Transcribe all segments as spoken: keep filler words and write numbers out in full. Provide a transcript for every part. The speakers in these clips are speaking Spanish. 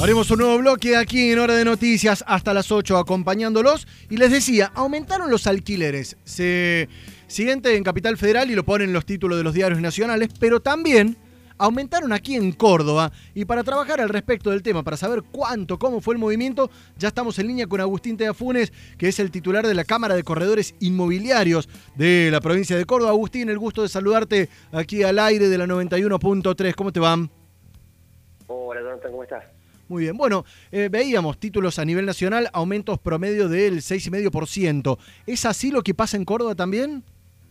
Haremos un nuevo bloque aquí en Hora de Noticias hasta las ocho acompañándolos. Y les decía, aumentaron los alquileres. Se siguiente en Capital Federal y lo ponen en los títulos de los diarios nacionales, pero también aumentaron aquí en Córdoba. Y para trabajar al respecto del tema, para saber cuánto, cómo fue el movimiento, ya estamos en línea con Agustín Teafunes, que es el titular de la Cámara de Corredores Inmobiliarios de la provincia de Córdoba. Agustín, el gusto de saludarte aquí al aire de la noventa y uno punto tres. ¿Cómo te van? Hola, Jonathan, ¿cómo estás? Muy bien. Bueno, eh, veíamos títulos a nivel nacional, aumentos promedio del seis coma cinco por ciento. ¿Es así lo que pasa en Córdoba también?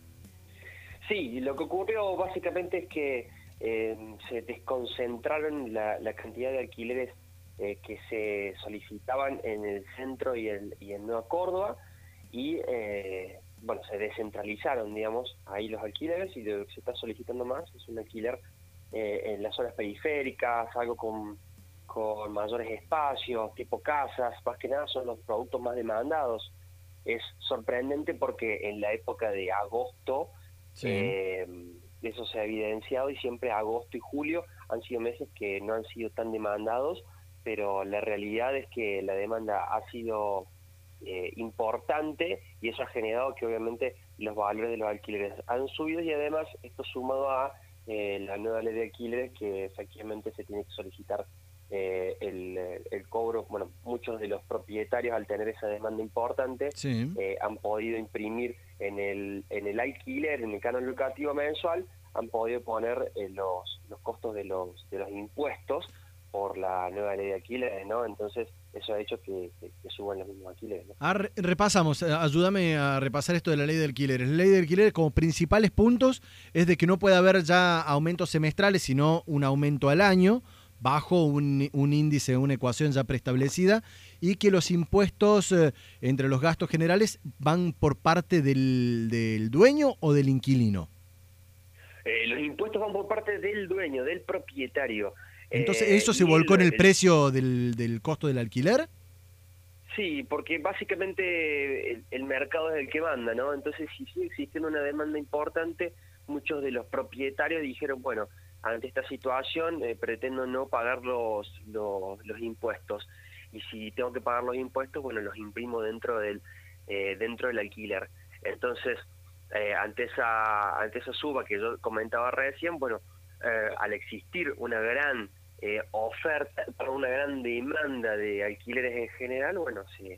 Sí, lo que ocurrió básicamente es que eh, se desconcentraron la, la cantidad de alquileres eh, que se solicitaban en el centro y en, y en Nueva Córdoba y, eh, bueno, se descentralizaron, digamos, ahí los alquileres, y lo que se está solicitando más es un alquiler eh, en las zonas periféricas, algo con... con mayores espacios, tipo casas, más que nada son los productos más demandados. Es sorprendente porque en la época de agosto, sí. eh, eso se ha evidenciado, y siempre agosto y julio han sido meses que no han sido tan demandados, pero la realidad es que la demanda ha sido eh, importante, y eso ha generado que obviamente los valores de los alquileres han subido, y además esto sumado a eh, la nueva ley de alquileres, que efectivamente se tiene que solicitar Eh, el, el cobro. Bueno, muchos de los propietarios, al tener esa demanda importante, sí. eh, han podido imprimir en el en el alquiler, en el canon locativo mensual, han podido poner eh, los los costos de los de los impuestos por la nueva ley de alquileres, ¿no? Entonces eso ha hecho que, que, que suban los mismos alquileres, ¿no? Ah, repasamos, ayúdame a repasar esto de la ley de alquileres. La ley de alquileres, como principales puntos, es de que no puede haber ya aumentos semestrales, sino un aumento al año, bajo un, un índice, una ecuación ya preestablecida, y que los impuestos eh, entre los gastos generales van por parte del, del dueño o del inquilino. Eh, los impuestos van por parte del dueño, del propietario. Entonces, eh, ¿eso se volcó el, en el precio del, del costo del alquiler? Sí, porque básicamente el, el mercado es el que manda, ¿no? Entonces, si sigue existiendo una demanda importante, muchos de los propietarios dijeron, bueno, ante esta situación eh, pretendo no pagar los, los los impuestos, y si tengo que pagar los impuestos, bueno, los imprimo dentro del eh, dentro del alquiler. Entonces, eh, ante esa ante esa suba que yo comentaba recién, bueno, eh, al existir una gran eh, oferta, una gran demanda de alquileres en general, bueno, se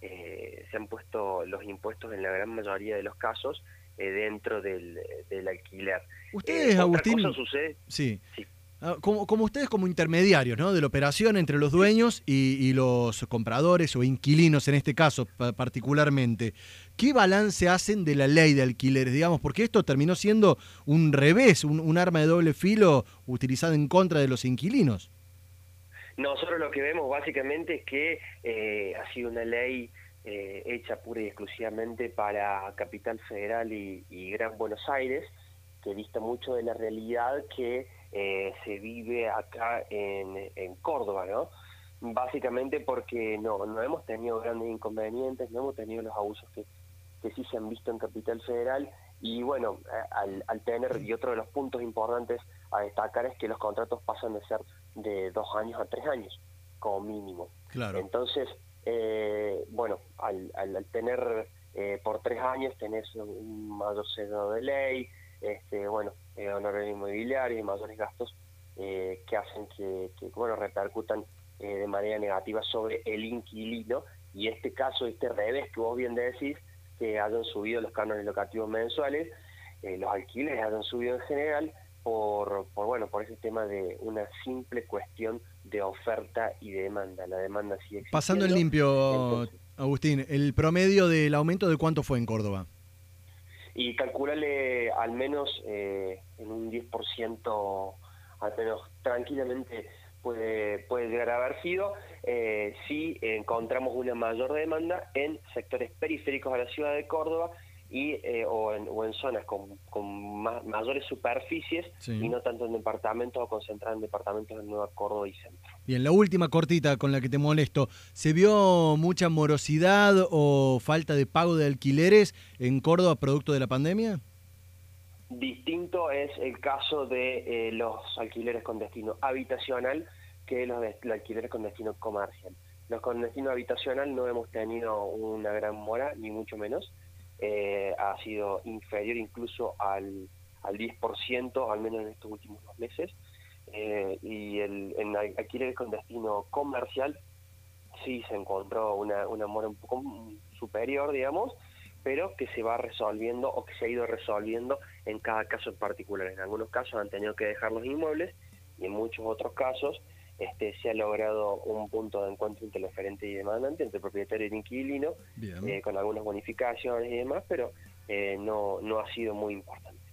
eh, se han puesto los impuestos en la gran mayoría de los casos Eh, dentro del, del alquiler. Ustedes, eh, Agustín, otra cosa sucede, sí, sí. Como, como ustedes como intermediarios, ¿no?, de la operación entre los dueños y, y los compradores o inquilinos en este caso particularmente, ¿qué balance hacen de la ley de alquileres, digamos? Porque esto terminó siendo un revés, un, un arma de doble filo utilizada en contra de los inquilinos. Nosotros lo que vemos básicamente es que eh, ha sido una ley Eh, hecha pura y exclusivamente para Capital Federal y, y Gran Buenos Aires, que dista mucho de la realidad que eh, se vive acá en, en Córdoba, ¿no? Básicamente porque no, no hemos tenido grandes inconvenientes, no hemos tenido los abusos que, que sí se han visto en Capital Federal, y bueno, al, al tener, y otro de los puntos importantes a destacar es que los contratos pasan de ser de dos años a tres años, como mínimo. Claro. Entonces, Eh, bueno, al, al, al tener eh, por tres años tenés un mayor sello de ley, este, bueno, eh, honorarios inmobiliarios y mayores gastos eh, que hacen que, que bueno, repercutan eh, de manera negativa sobre el inquilino, y este caso, este revés que vos bien decís, que hayan subido los cánones locativos mensuales, eh, los alquileres hayan subido en general por, por, bueno, por ese tema de una simple cuestión de oferta y de demanda. La demanda sigue existiendo. Pasando en limpio, entonces, Agustín, ¿el promedio del aumento de cuánto fue en Córdoba? Y calculale al menos eh, en un diez por ciento, al menos tranquilamente puede, puede llegar a haber sido, eh, si encontramos una mayor demanda en sectores periféricos a la ciudad de Córdoba, y eh, o, en, o en zonas con, con más, mayores superficies, sí. Y no tanto en departamentos o concentradas en departamentos de Nueva Córdoba y Centro. Bien, la última cortita con la que te molesto. ¿Se vio mucha morosidad o falta de pago de alquileres en Córdoba producto de la pandemia? Distinto es el caso de eh, los alquileres con destino habitacional, que los de, los alquileres con destino comercial. Los con destino habitacional no hemos tenido una gran mora, ni mucho menos. Eh, ha sido inferior incluso al, al diez por ciento, al menos en estos últimos dos meses. Eh, y el, en alquileres con destino comercial sí se encontró una, una mora un poco superior, digamos, pero que se va resolviendo o que se ha ido resolviendo en cada caso en particular. En algunos casos han tenido que dejar los inmuebles y en muchos otros casos este, se ha logrado un punto de encuentro entre el oferente y demandante, entre el propietario y el inquilino, eh, con algunas bonificaciones y demás, pero eh, no, no ha sido muy importante.